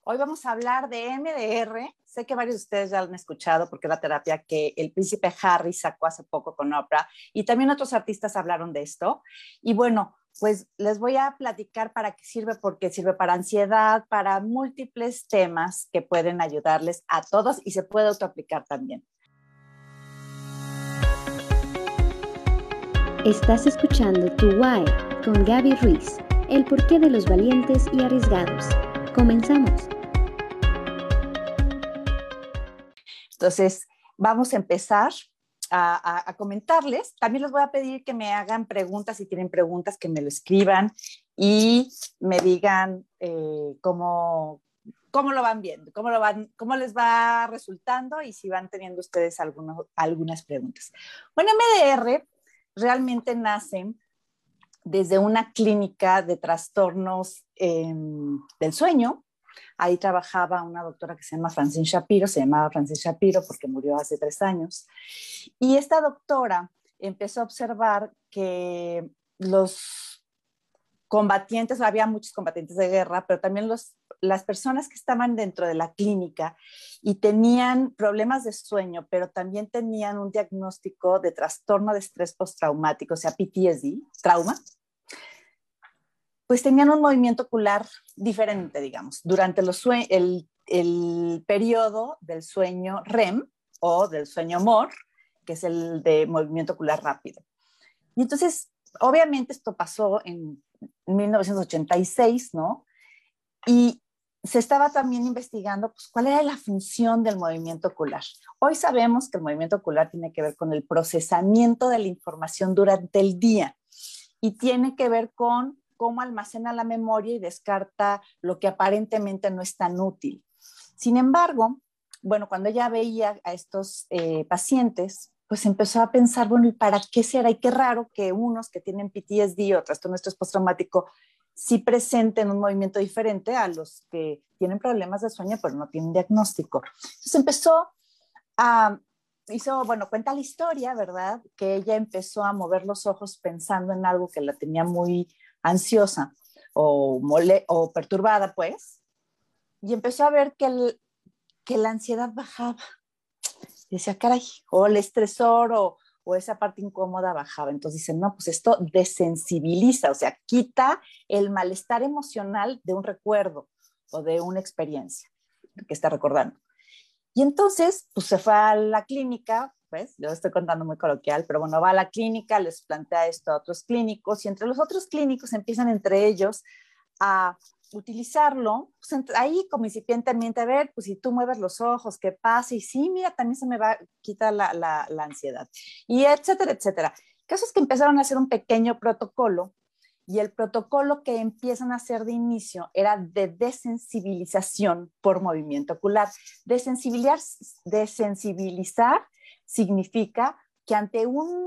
Hoy vamos a hablar de MDR. Sé que varios de ustedes ya lo han escuchado porque es la terapia que el príncipe Harry sacó hace poco con Oprah y también otros artistas hablaron de esto. Y bueno, pues les voy a platicar para qué sirve, porque sirve para ansiedad, para múltiples temas que pueden ayudarles a todos y se puede autoaplicar también. Estás escuchando Tu Why con Gaby Ruiz, el porqué de los valientes y arriesgados. Comenzamos. Entonces, vamos a empezar a comentarles. También les voy a pedir que me hagan preguntas, si tienen preguntas, que me lo escriban y me digan cómo lo van viendo, cómo les va resultando y si van teniendo ustedes algunas preguntas. Bueno, MDR realmente nace desde una clínica de trastornos del sueño. Ahí trabajaba una doctora que se llamaba Francine Shapiro porque murió hace 3 años. Y esta doctora empezó a observar que los combatientes, había muchos combatientes de guerra, pero también las personas que estaban dentro de la clínica y tenían problemas de sueño, pero también tenían un diagnóstico de trastorno de estrés postraumático, o sea, PTSD, trauma, pues tenían un movimiento ocular diferente, digamos, durante el periodo del sueño REM o del sueño MOR, que es el de movimiento ocular rápido. Y entonces, obviamente esto pasó en 1986, ¿no? Y se estaba también investigando pues, cuál era la función del movimiento ocular. Hoy sabemos que el movimiento ocular tiene que ver con el procesamiento de la información durante el día y tiene que ver con cómo almacena la memoria y descarta lo que aparentemente no es tan útil. Sin embargo, bueno, cuando ella veía a estos pacientes, pues empezó a pensar, bueno, ¿y para qué será? Y qué raro que unos que tienen PTSD o trastorno de estrés postraumático sí presenten un movimiento diferente a los que tienen problemas de sueño pero no tienen diagnóstico. Entonces empezó cuenta la historia, ¿verdad? Que ella empezó a mover los ojos pensando en algo que la tenía muy ansiosa o perturbada, pues, y empezó a ver que la ansiedad bajaba. Y decía, caray, o el estresor o esa parte incómoda bajaba. Entonces dicen, no, pues esto desensibiliza, o sea, quita el malestar emocional de un recuerdo o de una experiencia que está recordando. Y entonces, pues se fue a la clínica, pues, yo estoy contando muy coloquial, pero bueno, va a la clínica, les plantea esto a otros clínicos y entre los otros clínicos empiezan entre ellos a utilizarlo, pues ahí como incipientemente, a ver, pues si tú mueves los ojos, ¿qué pasa? Y sí, mira, también se me va a quitar la ansiedad. Y etcétera, etcétera. El caso es que empezaron a hacer un pequeño protocolo y el protocolo que empiezan a hacer de inicio era de desensibilización por movimiento ocular. Desensibilizar significa que ante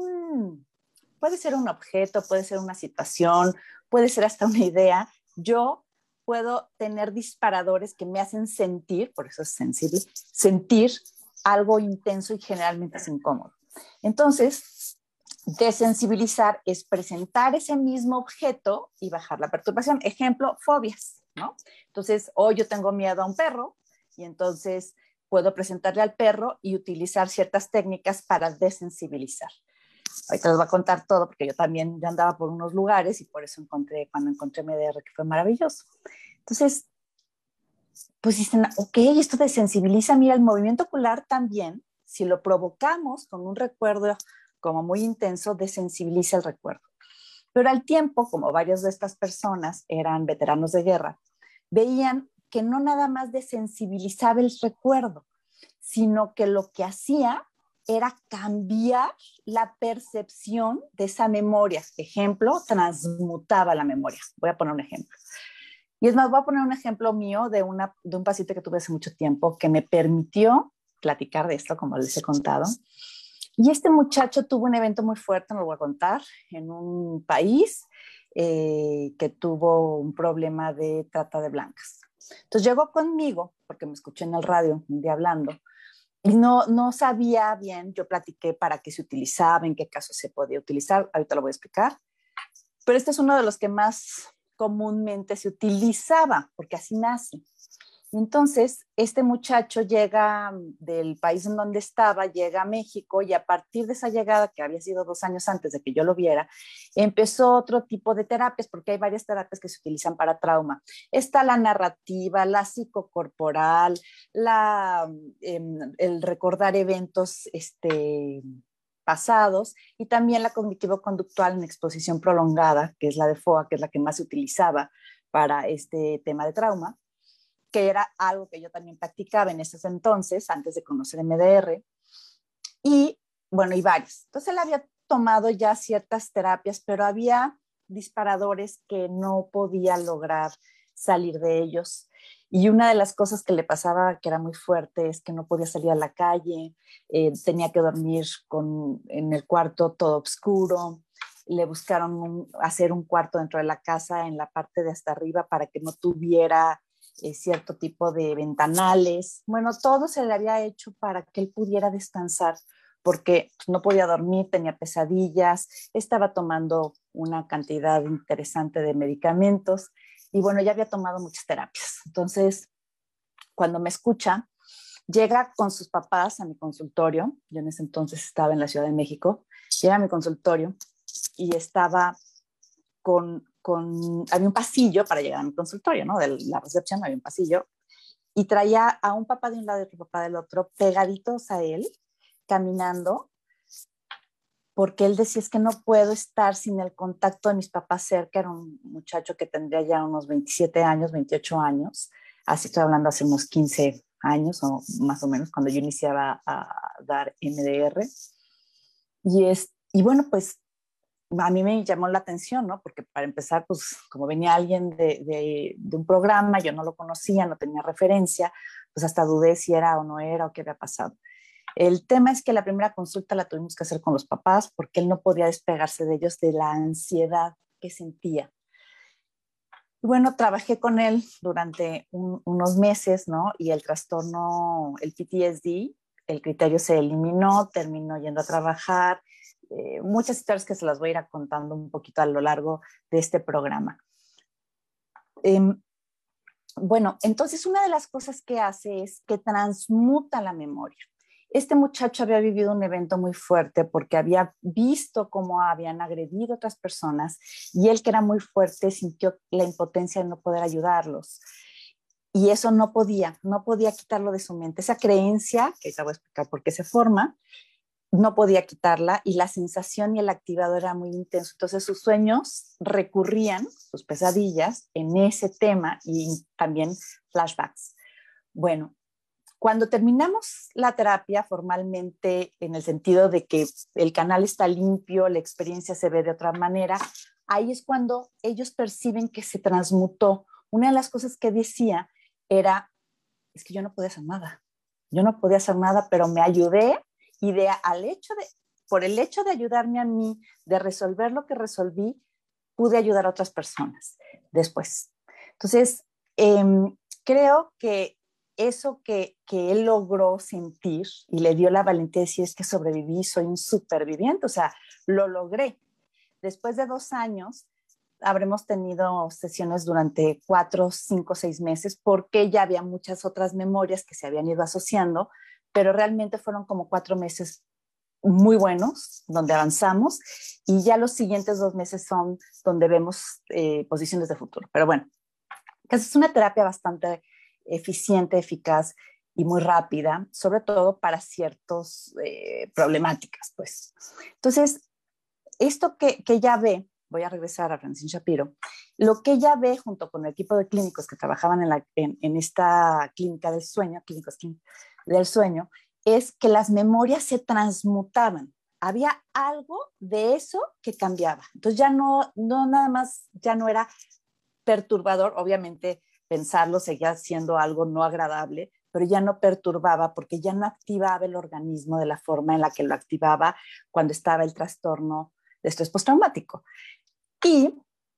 puede ser un objeto, puede ser una situación, puede ser hasta una idea, yo puedo tener disparadores que me hacen sentir, por eso es sensible, sentir algo intenso y generalmente es incómodo. Entonces, desensibilizar es presentar ese mismo objeto y bajar la perturbación. Ejemplo, fobias, ¿no? Entonces, hoy yo tengo miedo a un perro y entonces puedo presentarle al perro y utilizar ciertas técnicas para desensibilizar. Ahorita les voy a contar todo porque yo también ya andaba por unos lugares y por eso cuando encontré MDR, que fue maravilloso. Entonces, pues dicen, ok, esto desensibiliza, mira, el movimiento ocular también, si lo provocamos con un recuerdo como muy intenso, desensibiliza el recuerdo. Pero al tiempo, como varias de estas personas eran veteranos de guerra, veían que no nada más desensibilizaba el recuerdo, sino que lo que hacía era cambiar la percepción de esa memoria. Ejemplo, transmutaba la memoria. Voy a poner un ejemplo. Y es más, voy a poner un ejemplo mío de un paciente que tuve hace mucho tiempo que me permitió platicar de esto, como les he contado. Y este muchacho tuvo un evento muy fuerte, no lo voy a contar, en un país que tuvo un problema de trata de blancas. Entonces llegó conmigo, porque me escuché en el radio un día hablando, y no sabía bien, yo platiqué para qué se utilizaba, en qué caso se podía utilizar, ahorita lo voy a explicar, pero este es uno de los que más comúnmente se utilizaba, porque así nace. Y entonces, este muchacho llega del país en donde estaba, llega a México y a partir de esa llegada, que había sido 2 años antes de que yo lo viera, empezó otro tipo de terapias, porque hay varias terapias que se utilizan para trauma. Está la narrativa, la psicocorporal, el recordar eventos pasados y también la cognitivo-conductual en exposición prolongada, que es la de FOA, que es la que más se utilizaba para este tema de trauma, que era algo que yo también practicaba en esos entonces, antes de conocer MDR, y bueno, y varios. Entonces él había tomado ya ciertas terapias, pero había disparadores que no podía lograr salir de ellos. Y una de las cosas que le pasaba, que era muy fuerte, es que no podía salir a la calle, tenía que dormir en el cuarto todo oscuro. Le buscaron hacer un cuarto dentro de la casa en la parte de hasta arriba para que no tuviera cierto tipo de ventanales. Bueno, todo se le había hecho para que él pudiera descansar, porque no podía dormir, tenía pesadillas, estaba tomando una cantidad interesante de medicamentos y bueno, ya había tomado muchas terapias. Entonces, cuando me escucha, llega con sus papás a mi consultorio. Yo en ese entonces estaba en la Ciudad de México. Llega a mi consultorio y estaba había un pasillo para llegar a mi consultorio, ¿no? De la recepción había un pasillo y traía a un papá de un lado y otro papá del otro pegaditos a él, caminando, porque él decía, es que no puedo estar sin el contacto de mis papás cerca. Era un muchacho que tendría ya unos 27 años, 28 años, así estoy hablando hace unos 15 años o más o menos, cuando yo iniciaba a dar MDR. Y bueno, pues a mí me llamó la atención, ¿no? Porque para empezar, pues como venía alguien de un programa, yo no lo conocía, no tenía referencia, pues hasta dudé si era o no era o qué había pasado. El tema es que la primera consulta la tuvimos que hacer con los papás porque él no podía despegarse de ellos de la ansiedad que sentía. Y bueno, trabajé con él durante unos meses, ¿no? Y el trastorno, el PTSD, el criterio se eliminó, terminó yendo a trabajar. Muchas historias que se las voy a ir contando un poquito a lo largo de este programa. Bueno, entonces una de las cosas que hace es que transmuta la memoria. Este muchacho había vivido un evento muy fuerte porque había visto cómo habían agredido a otras personas y él, que era muy fuerte, sintió la impotencia de no poder ayudarlos. Y eso no podía quitarlo de su mente. Esa creencia, que te voy a explicar por qué se forma, no podía quitarla y la sensación y el activador era muy intenso. Entonces sus sueños recurrían, sus pesadillas, en ese tema y también flashbacks. Bueno, cuando terminamos la terapia formalmente, en el sentido de que el canal está limpio, la experiencia se ve de otra manera, ahí es cuando ellos perciben que se transmutó. Una de las cosas que decía era, es que yo no podía hacer nada. Yo no podía hacer nada, pero me ayudé y por el hecho de ayudarme a mí, de resolver lo que resolví, pude ayudar a otras personas después. Entonces, creo que eso que él logró sentir y le dio la valentía de decir, es que sobreviví, soy un superviviente, o sea, lo logré. Después de 2 años, habremos tenido sesiones durante 4, 5, 6 meses, porque ya había muchas otras memorias que se habían ido asociando, pero realmente fueron como 4 meses muy buenos, donde avanzamos, y ya los siguientes 2 meses son donde vemos posiciones de futuro. Pero bueno, es una terapia bastante eficiente, eficaz y muy rápida, sobre todo para ciertas problemáticas, pues. Entonces, esto que ella ve, voy a regresar a Francine Shapiro, lo que ella ve junto con el equipo de clínicos que trabajaban en esta clínica del sueño, clínicos del sueño, es que las memorias se transmutaban. Había algo de eso que cambiaba. Entonces ya no nada más, ya no era perturbador, obviamente pensarlo seguía siendo algo no agradable, pero ya no perturbaba porque ya no activaba el organismo de la forma en la que lo activaba cuando estaba el trastorno de estrés postraumático. Y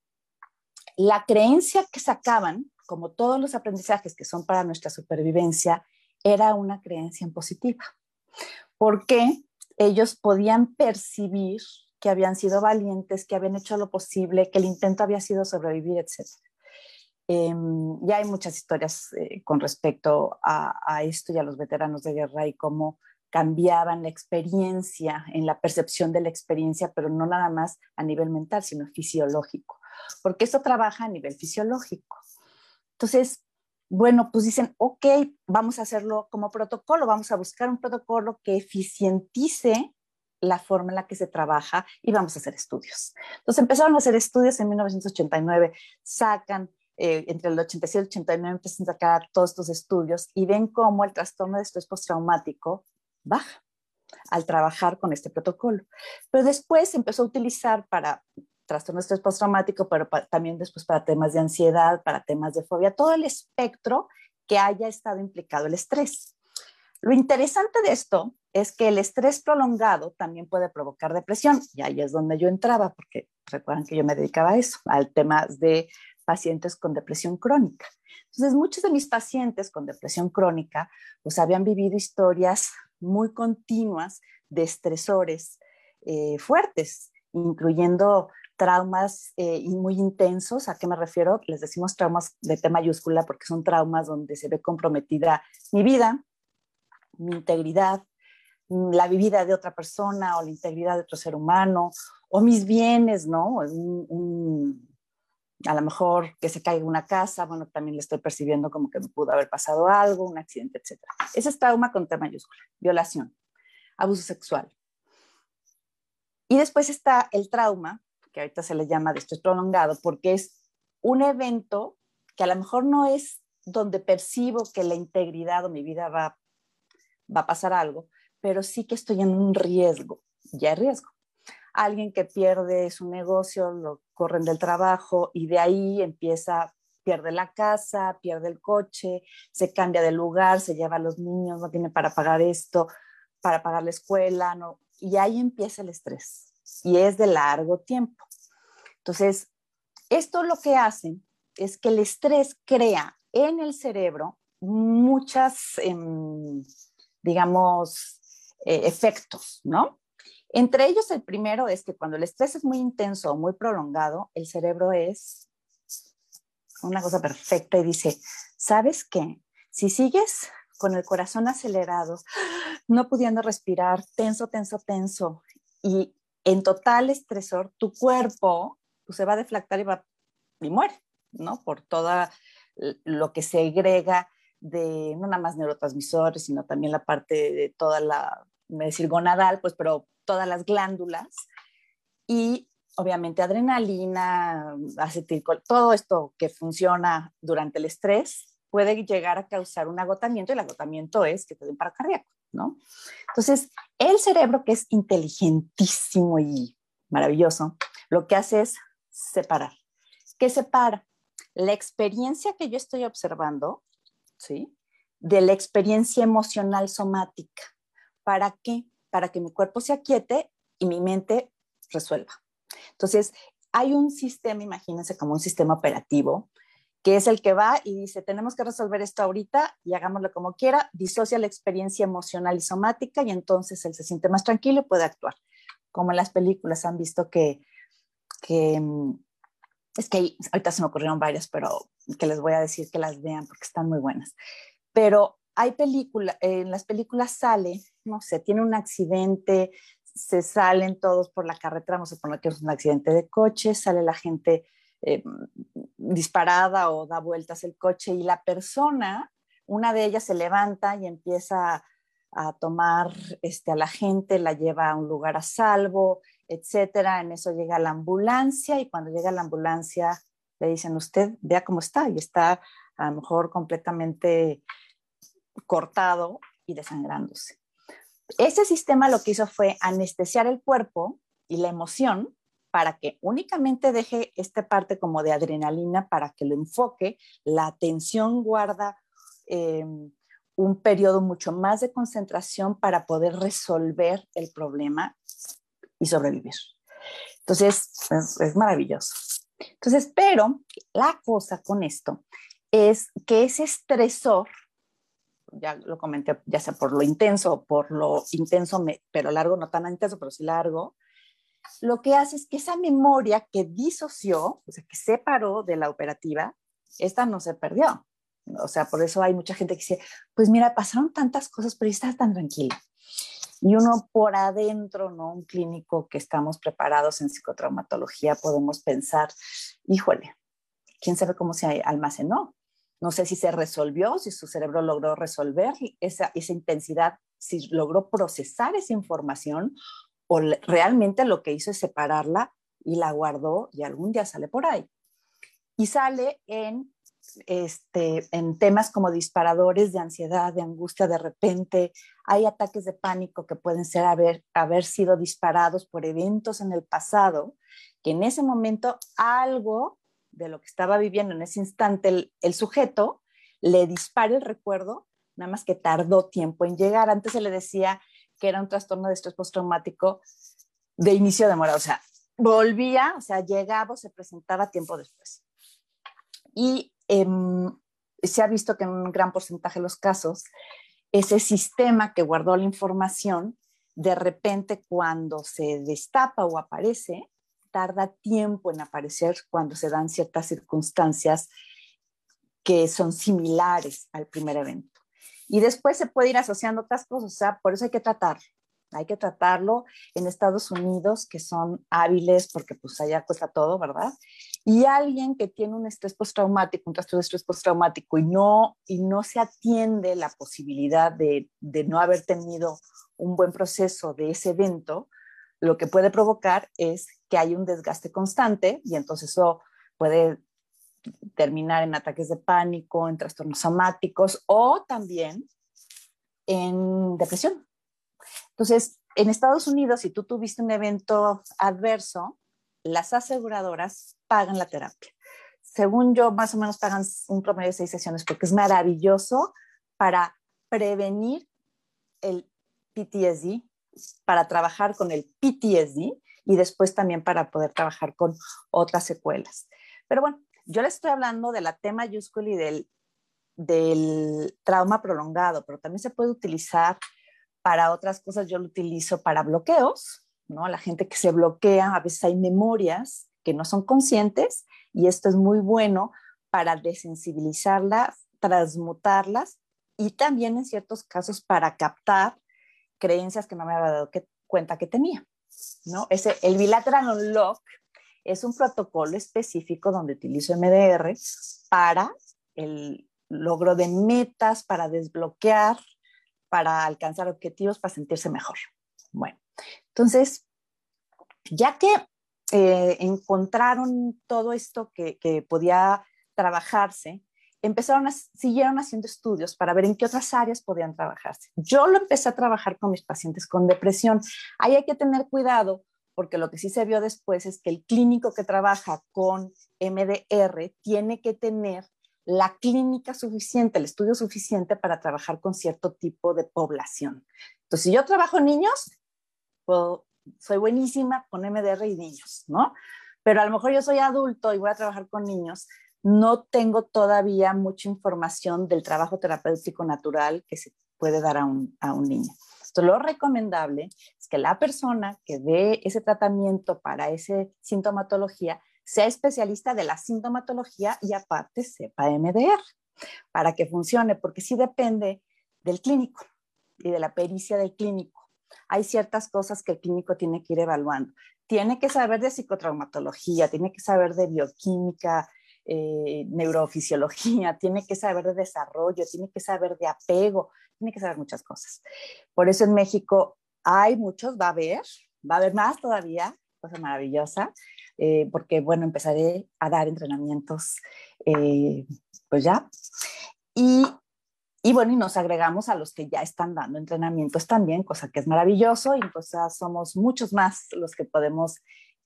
la creencia que sacaban, como todos los aprendizajes que son para nuestra supervivencia, era una creencia en positiva, porque ellos podían percibir que habían sido valientes, que habían hecho lo posible, que el intento había sido sobrevivir, etc. Ya hay muchas historias con respecto a esto y a los veteranos de guerra y cómo cambiaban la experiencia, en la percepción de la experiencia, pero no nada más a nivel mental, sino fisiológico, porque esto trabaja a nivel fisiológico. Entonces, bueno, pues dicen, ok, vamos a hacerlo como protocolo, vamos a buscar un protocolo que eficientice la forma en la que se trabaja y vamos a hacer estudios. Entonces empezaron a hacer estudios en 1989, sacan entre el 87 y el 89 empiezan a sacar todos estos estudios y ven cómo el trastorno de estrés postraumático baja al trabajar con este protocolo. Pero después se empezó a utilizar para trastorno de estrés postraumático, pero también después para temas de ansiedad, para temas de fobia, todo el espectro que haya estado implicado el estrés. Lo interesante de esto es que el estrés prolongado también puede provocar depresión, y ahí es donde yo entraba, porque recuerdan que yo me dedicaba a eso, al tema de pacientes con depresión crónica. Entonces, muchos de mis pacientes con depresión crónica pues habían vivido historias muy continuas de estresores fuertes, incluyendo traumas muy intensos. ¿A qué me refiero? Les decimos traumas de T mayúscula porque son traumas donde se ve comprometida mi vida, mi integridad, la vida de otra persona o la integridad de otro ser humano o mis bienes, ¿no? A lo mejor que se caiga una casa, bueno, también le estoy percibiendo como que me pudo haber pasado algo, un accidente, etc. Ese es trauma con T mayúscula, violación, abuso sexual. Y después está el trauma, que ahorita se le llama de estrés prolongado, porque es un evento que a lo mejor no es donde percibo que la integridad o mi vida va a pasar algo, pero sí que estoy en un riesgo, ya hay riesgo. Alguien que pierde su negocio, lo corren del trabajo y de ahí pierde la casa, pierde el coche, se cambia de lugar, se lleva a los niños, no tiene para pagar esto, para pagar la escuela, no, y ahí empieza el estrés y es de largo tiempo. Entonces, esto lo que hace es que el estrés crea en el cerebro muchas, digamos, efectos, ¿no? Entre ellos, el primero es que cuando el estrés es muy intenso o muy prolongado, el cerebro es una cosa perfecta y dice, ¿sabes qué? Si sigues con el corazón acelerado, no pudiendo respirar, tenso, tenso, tenso, y en total estresor, tu cuerpo pues, se va a deflactar y muere, ¿no? Por todo lo que se agrega de no nada más neurotransmisores, sino también la parte de toda la, me decir gonadal, pues, pero todas las glándulas y obviamente adrenalina, acetilcolina, todo esto que funciona durante el estrés puede llegar a causar un agotamiento y el agotamiento es que te dé un paro cardíaco, ¿no? Entonces, el cerebro, que es inteligentísimo y maravilloso, lo que hace es separar. ¿Qué separa? La experiencia que yo estoy observando, ¿sí? De la experiencia emocional somática. ¿Para qué? Para que mi cuerpo se aquiete y mi mente resuelva. Entonces, hay un sistema, imagínense como un sistema operativo, que es el que va y dice, tenemos que resolver esto ahorita y hagámoslo como quiera, disocia la experiencia emocional y somática y entonces él se siente más tranquilo y puede actuar. Como en las películas han visto que es que ahorita se me ocurrieron varias, pero que les voy a decir que las vean porque están muy buenas. Pero hay películas, en las películas sale, no sé, tiene un accidente, se salen todos por la carretera, vamos a poner que es un accidente de coche, sale la gente disparada o da vueltas el coche y la persona, una de ellas se levanta y empieza a tomar a la gente, la lleva a un lugar a salvo, etcétera. En eso llega la ambulancia y cuando llega la ambulancia le dicen, usted vea cómo está y está a lo mejor completamente cortado y desangrándose. Ese sistema lo que hizo fue anestesiar el cuerpo y la emoción para que únicamente deje esta parte como de adrenalina para que lo enfoque. La atención guarda un periodo mucho más de concentración para poder resolver el problema y sobrevivir. Entonces, es maravilloso. Entonces, pero la cosa con esto es que ese estresor, ya lo comenté, ya sea por lo intenso, pero largo, no tan intenso, pero sí largo, lo que hace es que esa memoria que disoció, o sea, que separó de la operativa, esta no se perdió. O sea, por eso hay mucha gente que dice, pues mira, pasaron tantas cosas, pero estás tan tranquila. Y uno por adentro, ¿no? Un clínico que estamos preparados en psicotraumatología, podemos pensar, híjole, quién sabe cómo se almacenó. No sé si se resolvió, si su cerebro logró resolver esa intensidad, si logró procesar esa información o realmente lo que hizo es separarla y la guardó y algún día sale por ahí. Y sale en temas como disparadores de ansiedad, de angustia de repente. Hay ataques de pánico que pueden ser haber sido disparados por eventos en el pasado, que en ese momento algo de lo que estaba viviendo en ese instante el sujeto le dispara el recuerdo, nada más que tardó tiempo en llegar. Antes se le decía que era un trastorno de estrés postraumático de inicio de demora, o sea, volvía, o sea, llegaba o se presentaba tiempo después. Y se ha visto que en un gran porcentaje de los casos, ese sistema que guardó la información, de repente cuando se destapa o aparece, tarda tiempo en aparecer cuando se dan ciertas circunstancias que son similares al primer evento. Y después se puede ir asociando otras cosas, o sea, por eso hay que tratarlo. Hay que tratarlo en Estados Unidos, que son hábiles, porque pues allá cuesta todo, ¿verdad? Y alguien que tiene un estrés postraumático, un trastorno de estrés postraumático, y no se atiende la posibilidad de no haber tenido un buen proceso de ese evento, lo que puede provocar es que hay un desgaste constante y entonces eso puede terminar en ataques de pánico, en trastornos somáticos o también en depresión. Entonces, en Estados Unidos, si tú tuviste un evento adverso, las aseguradoras pagan la terapia. Según yo, más o menos pagan un promedio de 6 sesiones porque es maravilloso para prevenir el PTSD, para trabajar con el PTSD y después también para poder trabajar con otras secuelas. Pero bueno, yo les estoy hablando de la T mayúscula y del trauma prolongado, pero también se puede utilizar para otras cosas. Yo lo utilizo para bloqueos, ¿no? La gente que se bloquea, a veces hay memorias que no son conscientes y esto es muy bueno para desensibilizarlas, transmutarlas y también en ciertos casos para captar creencias que no me había dado cuenta que tenía, ¿no? El Bilateral Unlock es un protocolo específico donde utilizo MDR para el logro de metas, para desbloquear, para alcanzar objetivos, para sentirse mejor. Bueno, entonces, ya que encontraron todo esto que podía trabajarse, siguieron haciendo estudios para ver en qué otras áreas podían trabajarse. Yo lo empecé a trabajar con mis pacientes con depresión. Ahí hay que tener cuidado porque lo que sí se vio después es que el clínico que trabaja con MDR tiene que tener la clínica suficiente, el estudio suficiente para trabajar con cierto tipo de población. Entonces, si yo trabajo en niños, pues, soy buenísima con MDR y niños, ¿no? Pero a lo mejor yo soy adulto y voy a trabajar con niños, no tengo todavía mucha información del trabajo terapéutico natural que se puede dar a un niño. Entonces, lo recomendable es que la persona que dé ese tratamiento para esa sintomatología sea especialista de la sintomatología y aparte sepa MDR para que funcione, porque sí depende del clínico y de la pericia del clínico. Hay ciertas cosas que el clínico tiene que ir evaluando. Tiene que saber de psicotraumatología, tiene que saber de bioquímica, neurofisiología, tiene que saber de desarrollo, tiene que saber de apego, tiene que saber muchas cosas. Por eso en México hay muchos, va a haber más todavía, cosa maravillosa, porque bueno, empezaré a dar entrenamientos pues ya. Y bueno, y nos agregamos a los que ya están dando entrenamientos también, cosa que es maravilloso, y entonces somos muchos más los que podemos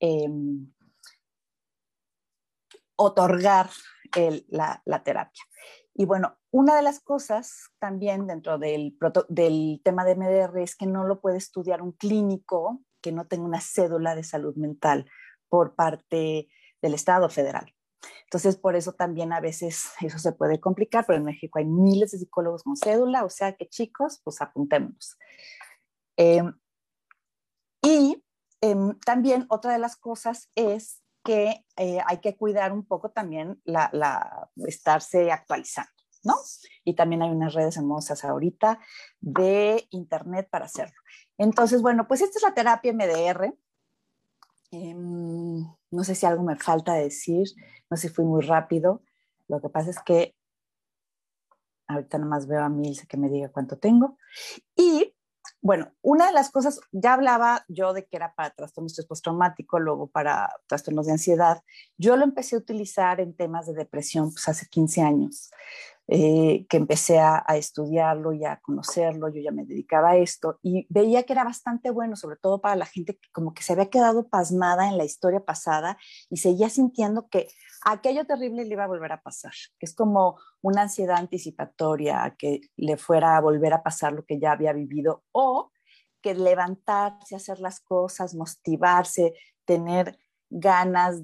otorgar la terapia. Y bueno, una de las cosas también dentro del tema de MDR es que no lo puede estudiar un clínico que no tenga una cédula de salud mental por parte del Estado federal. Entonces, por eso también a veces eso se puede complicar, pero en México hay miles de psicólogos con cédula, o sea que chicos, pues apuntémonos. Y también otra de las cosas es que hay que cuidar un poco también estarse actualizando, ¿no? Y también hay unas redes hermosas ahorita de internet para hacerlo. Entonces, bueno, pues esta es la terapia MDR. No sé si algo me falta decir, no sé si fui muy rápido. Lo que pasa es que ahorita nomás veo a Milce que me diga cuánto tengo. Y bueno, una de las cosas, ya hablaba yo de que era para trastorno estrés postraumático, luego para trastornos de ansiedad. Yo lo empecé a utilizar en temas de depresión pues hace 15 años. Que empecé a estudiarlo y a conocerlo, yo ya me dedicaba a esto y veía que era bastante bueno, sobre todo para la gente que como que se había quedado pasmada en la historia pasada y seguía sintiendo que aquello terrible le iba a volver a pasar, que es como una ansiedad anticipatoria a que le fuera a volver a pasar lo que ya había vivido o que levantarse, hacer las cosas, motivarse, tener ganas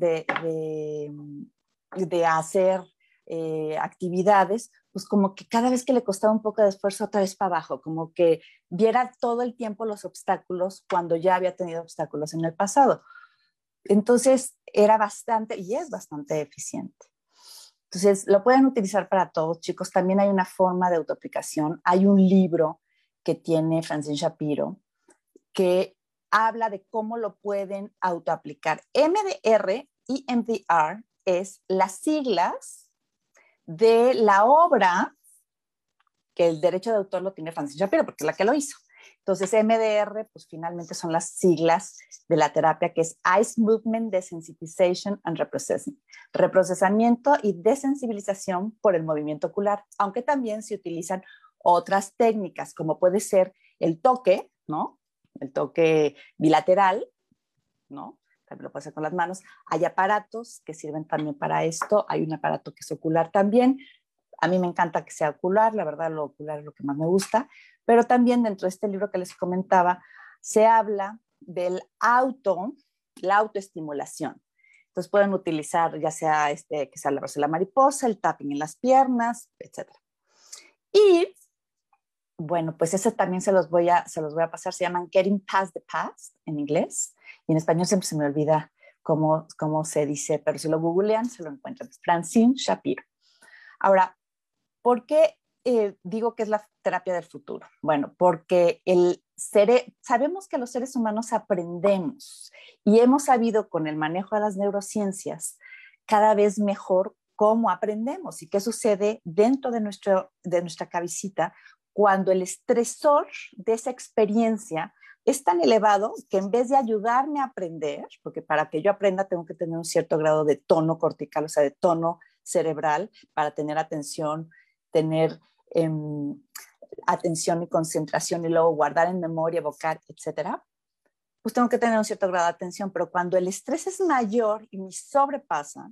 de hacer actividades, pues como que cada vez que le costaba un poco de esfuerzo, otra vez para abajo, como que viera todo el tiempo los obstáculos cuando ya había tenido obstáculos en el pasado. Entonces era bastante, y es bastante eficiente. Entonces lo pueden utilizar para todos, chicos. También hay una forma de autoaplicación. Hay un libro que tiene Francine Shapiro que habla de cómo lo pueden autoaplicar. MDR y MDR es las siglas de la obra que el derecho de autor lo tiene Francine Shapiro, porque es la que lo hizo. Entonces, MDR, pues finalmente son las siglas de la terapia que es Ice Movement Desensitization and Reprocessing. Reprocesamiento y desensibilización por el movimiento ocular, aunque también se utilizan otras técnicas, como puede ser el toque, ¿no? El toque bilateral, ¿no? También lo puede hacer con las manos. Hay aparatos que sirven también para esto. Hay un aparato que es ocular también. A mí me encanta que sea ocular, la verdad lo ocular es lo que más me gusta, pero también dentro de este libro que les comentaba, se habla la autoestimulación. Entonces pueden utilizar ya sea que sea la rosa de la mariposa, el tapping en las piernas, etc. Y bueno, pues ese también se los voy a pasar, se llaman Getting Past the Past en inglés, y en español siempre se me olvida cómo se dice, pero si lo googlean se lo encuentran. Francine Shapiro. Ahora, ¿por qué digo que es la terapia del futuro? Bueno, porque sabemos que los seres humanos aprendemos y hemos sabido con el manejo de las neurociencias cada vez mejor cómo aprendemos y qué sucede dentro de nuestra cabecita cuando el estresor de esa experiencia es tan elevado que en vez de ayudarme a aprender, porque para que yo aprenda tengo que tener un cierto grado de tono cortical, o sea, de tono cerebral para tener atención, tener atención y concentración y luego guardar en memoria, evocar, etcétera, pues tengo que tener un cierto grado de atención, pero cuando el estrés es mayor y me sobrepasa,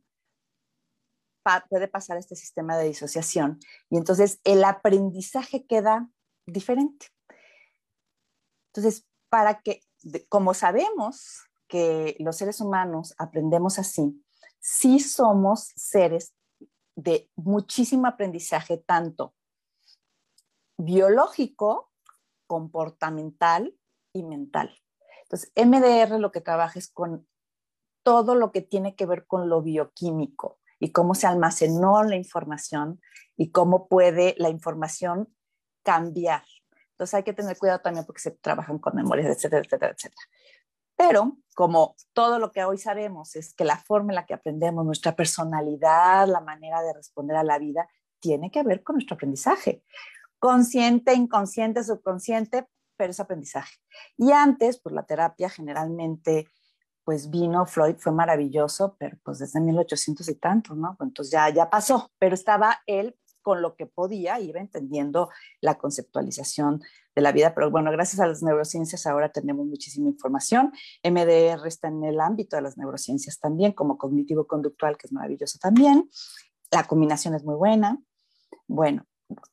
puede pasar este sistema de disociación y entonces el aprendizaje queda diferente. Entonces, como sabemos que los seres humanos aprendemos así, sí somos seres de muchísimo aprendizaje, tanto biológico, comportamental y mental. Entonces, MDR lo que trabaja es con todo lo que tiene que ver con lo bioquímico y cómo se almacenó la información y cómo puede la información cambiar. Entonces hay que tener cuidado también porque se trabajan con memorias, etcétera, etcétera, etcétera. Pero como todo lo que hoy sabemos es que la forma en la que aprendemos, nuestra personalidad, la manera de responder a la vida, tiene que ver con nuestro aprendizaje. Consciente, inconsciente, subconsciente, pero es aprendizaje. Y antes, pues la terapia generalmente, pues vino Freud, fue maravilloso, pero pues desde 1800 y tantos, ¿no? Entonces ya pasó, pero estaba él con lo que podía, iba entendiendo la conceptualización de la vida, pero bueno, gracias a las neurociencias ahora tenemos muchísima información. MDR está en el ámbito de las neurociencias también, como cognitivo-conductual, que es maravilloso también. La combinación es muy buena. Bueno,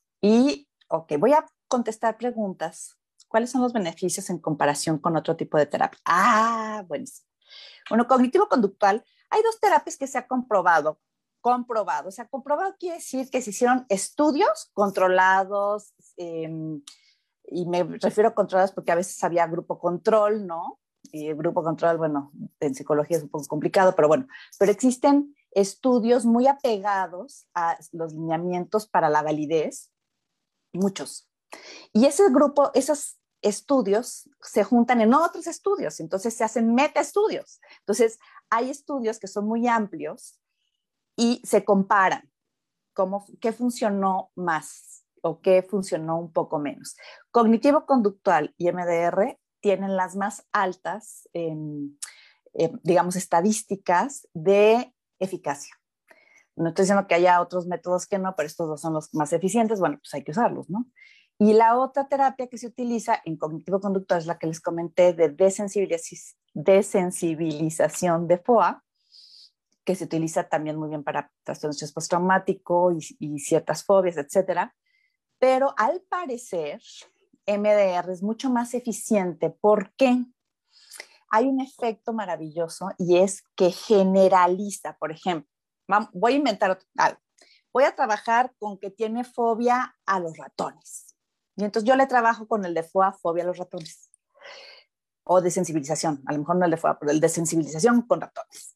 ok, voy a contestar preguntas. ¿Cuáles son los beneficios en comparación con otro tipo de terapia? Buenísimo. Bueno, cognitivo-conductual, hay dos terapias que se ha comprobado. O sea, comprobado quiere decir que se hicieron estudios controlados, y me refiero a controlados porque a veces había grupo control, ¿no? y el grupo control, bueno, en psicología es un poco complicado, pero bueno, pero existen estudios muy apegados a los lineamientos para la validez, muchos. Y ese grupo, esos estudios se juntan en otros estudios, entonces se hacen metaestudios. Entonces, hay estudios que son muy amplios y se comparan qué funcionó más o qué funcionó un poco menos. Cognitivo-conductual y MDR tienen las más altas, digamos, estadísticas de eficacia. No estoy diciendo que haya otros métodos que no, pero estos dos son los más eficientes, bueno, pues hay que usarlos, ¿no? Y la otra terapia que se utiliza en cognitivo-conductual es la que les comenté de desensibilización de FOA, que se utiliza también muy bien para trastorno de estrés postraumático y ciertas fobias, etcétera. Pero al parecer, MDR es mucho más eficiente porque hay un efecto maravilloso y es que generaliza, por ejemplo, voy a inventar algo. Voy a trabajar con que tiene fobia a los ratones. Y entonces yo le trabajo con el de fobia a los ratones. O de sensibilización, a lo mejor no el de fobia, pero el de sensibilización con ratones.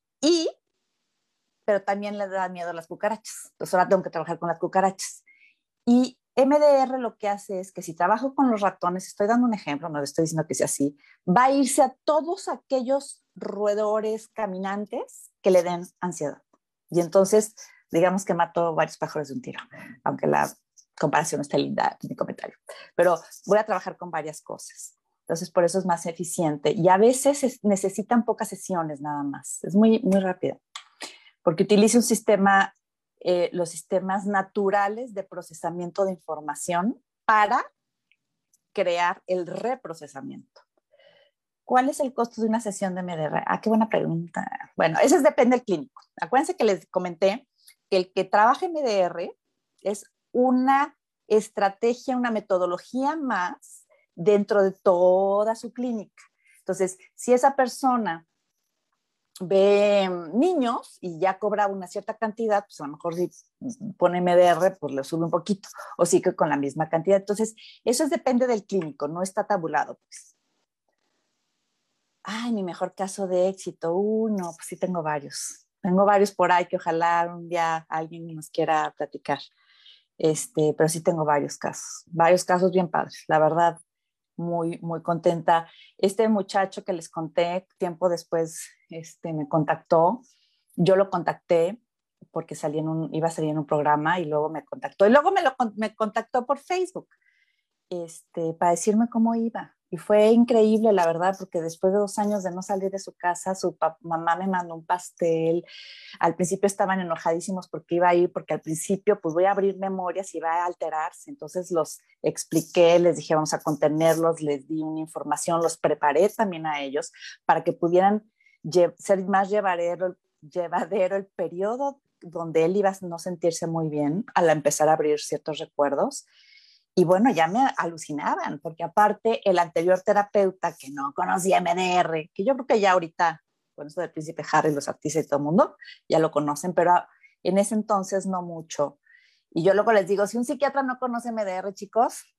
Pero también le da miedo a las cucarachas. Entonces ahora tengo que trabajar con las cucarachas. Y MDR lo que hace es que si trabajo con los ratones, estoy dando un ejemplo, no le estoy diciendo que sea así, va a irse a todos aquellos roedores caminantes que le den ansiedad. Y entonces, digamos que mato varios pájaros de un tiro, aunque la comparación está linda en mi comentario. Pero voy a trabajar con varias cosas. Entonces, por eso es más eficiente. Y a veces necesitan pocas sesiones nada más. Es muy, muy rápido. Porque utiliza un sistema, los sistemas naturales de procesamiento de información para crear el reprocesamiento. ¿Cuál es el costo de una sesión de MDR? Ah, qué buena pregunta. Bueno, eso depende del clínico. Acuérdense que les comenté que el que trabaja MDR es una estrategia, una metodología más dentro de toda su clínica. Entonces, si esa persona ve niños y ya cobra una cierta cantidad, pues a lo mejor si pone MDR, pues le sube un poquito, o sigue con la misma cantidad. Entonces, eso depende del clínico, no está tabulado, pues. Ay, mi mejor caso de éxito. No, pues sí tengo varios. Tengo varios por ahí que ojalá un día alguien nos quiera platicar. Pero sí tengo varios casos bien padres. La verdad, muy, muy contenta. Este muchacho que les conté, tiempo después me contactó. Yo lo contacté porque iba a salir en un programa y luego me contactó. Y luego me contactó por Facebook para decirme cómo iba. Y fue increíble, la verdad, porque después de 2 años de no salir de su casa, su mamá me mandó un pastel. Al principio estaban enojadísimos porque iba a ir, porque al principio pues voy a abrir memorias y va a alterarse. Entonces los expliqué, les dije vamos a contenerlos, les di una información, los preparé también a ellos para que pudieran ser más llevadero el periodo donde él iba a no sentirse muy bien al empezar a abrir ciertos recuerdos. Y bueno, ya me alucinaban, porque aparte el anterior terapeuta que no conocía MDR, que yo creo que ya ahorita, con eso del Príncipe Harry, los artistas y todo el mundo, ya lo conocen, pero en ese entonces no mucho. Y yo luego les digo, si un psiquiatra no conoce MDR, chicos,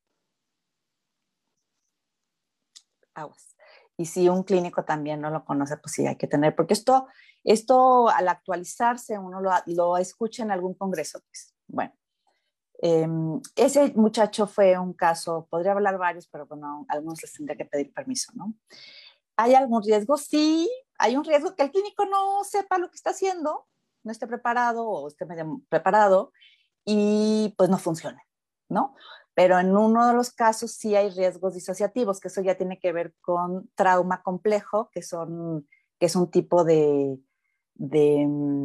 aguas. Y si un clínico también no lo conoce, pues sí hay que tener, porque esto al actualizarse uno lo escucha en algún congreso. Pues. Bueno. Ese muchacho fue un caso, podría hablar varios, pero bueno, algunos les tendría que pedir permiso, ¿no? ¿Hay algún riesgo? Sí, hay un riesgo que el clínico no sepa lo que está haciendo, no esté preparado o esté medio preparado y pues no funcione, ¿no? Pero en uno de los casos sí hay riesgos disociativos, que eso ya tiene que ver con trauma complejo, que es un tipo de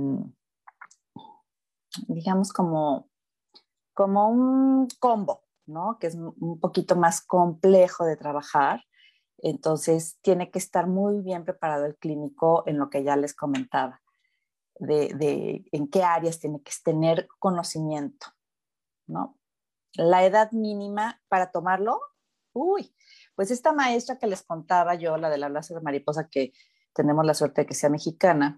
digamos, como un combo, ¿no? Que es un poquito más complejo de trabajar. Entonces, tiene que estar muy bien preparado el clínico en lo que ya les comentaba, de en qué áreas tiene que tener conocimiento, ¿no? La edad mínima para tomarlo, pues esta maestra que les contaba yo, la del lazo de mariposa, que tenemos la suerte de que sea mexicana,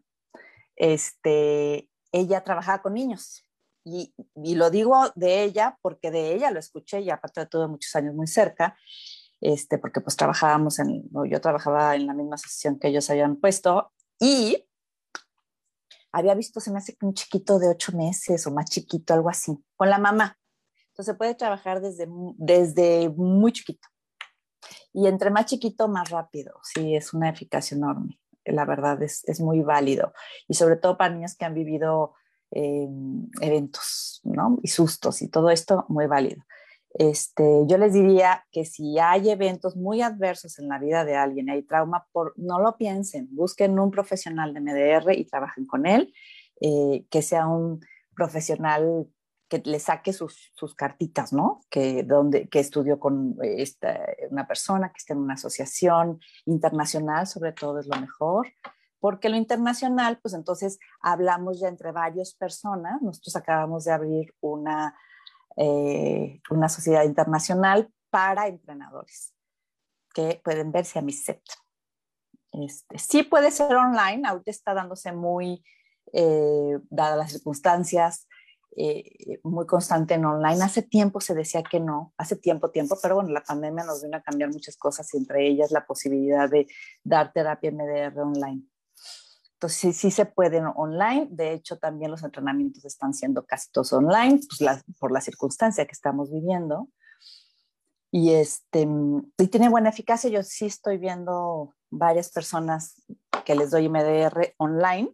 ella trabajaba con niños. Y lo digo de ella porque de ella lo escuché y aparte tuve muchos años muy cerca. porque pues yo trabajaba en la misma asociación que ellos habían puesto y había visto, se me hace que un chiquito de 8 meses o más chiquito, algo así, con la mamá. Entonces se puede trabajar desde muy chiquito. Y entre más chiquito, más rápido. Sí, es una eficacia enorme. La verdad es muy válido. Y sobre todo para niños que han vivido eventos, ¿no? Y sustos y todo esto, muy válido. Yo les diría que si hay eventos muy adversos en la vida de alguien, hay trauma, no lo piensen, busquen un profesional de MDR y trabajen con él, que sea un profesional que le saque sus cartitas, ¿no? Que estudió con una persona, que esté en una asociación internacional, sobre todo es lo mejor, porque lo internacional, pues entonces hablamos ya entre varias personas. Nosotros acabamos de abrir una sociedad internacional para entrenadores, que pueden verse a mi set. Sí puede ser online, ahorita está dándose muy, dadas las circunstancias, muy constante en online. Hace tiempo se decía que no, hace tiempo, pero bueno, la pandemia nos vino a cambiar muchas cosas, y entre ellas la posibilidad de dar terapia MDR online. Entonces sí se pueden online. De hecho, también los entrenamientos están siendo casi todos online, pues por la circunstancia que estamos viviendo. Y tiene buena eficacia. Yo sí estoy viendo varias personas que les doy MDR online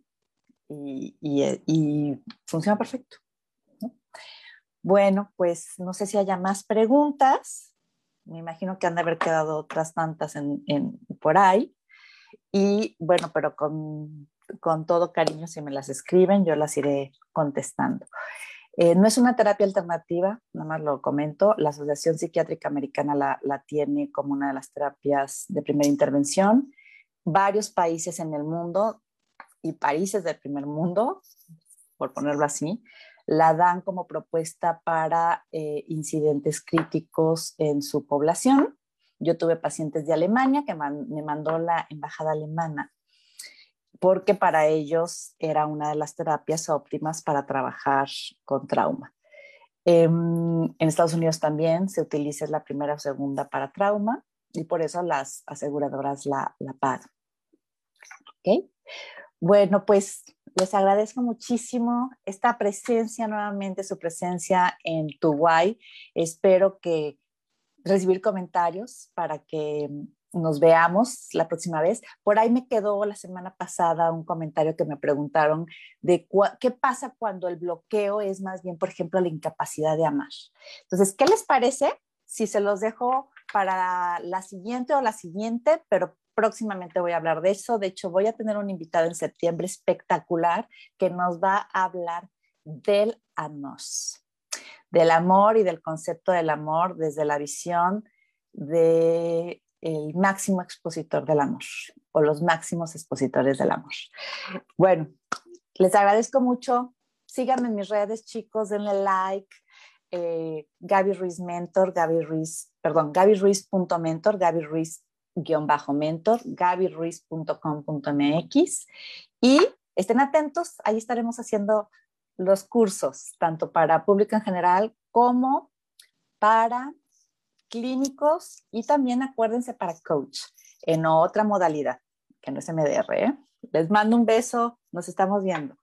y funciona perfecto, ¿no? Bueno, pues no sé si haya más preguntas. Me imagino que han de haber quedado otras tantas por ahí. Y bueno, pero con todo cariño, si me las escriben, yo las iré contestando. No es una terapia alternativa, nada más lo comento. La Asociación Psiquiátrica Americana la tiene como una de las terapias de primera intervención. Varios países en el mundo y países del primer mundo, por ponerlo así, la dan como propuesta para incidentes críticos en su población. Yo tuve pacientes de Alemania que me mandó la embajada alemana, porque para ellos era una de las terapias óptimas para trabajar con trauma. En Estados Unidos también se utiliza la primera o segunda para trauma, y por eso las aseguradoras la pagan. ¿Okay? Bueno, pues les agradezco muchísimo esta presencia, nuevamente su presencia en Tuwai. Espero que recibir comentarios para que nos veamos la próxima vez. Por ahí me quedó la semana pasada un comentario que me preguntaron de qué pasa cuando el bloqueo es más bien, por ejemplo, la incapacidad de amar. Entonces, ¿qué les parece si se los dejo para la siguiente o la siguiente? Pero próximamente voy a hablar de eso. De hecho, voy a tener un invitado en septiembre espectacular que nos va a hablar del amor y del concepto del amor desde la visión del máximo expositor del amor, o los máximos expositores del amor. Bueno, les agradezco mucho. Síganme en mis redes, chicos, denle like. Gaby Ruiz Mentor, GabyRuiz.mentor, Gaby Ruiz-mentor, gabyruiz.com.mx, y estén atentos, ahí estaremos haciendo los cursos, tanto para público en general como para clínicos, y también acuérdense para coach en otra modalidad, que no es MDR, ¿eh? Les mando un beso, nos estamos viendo.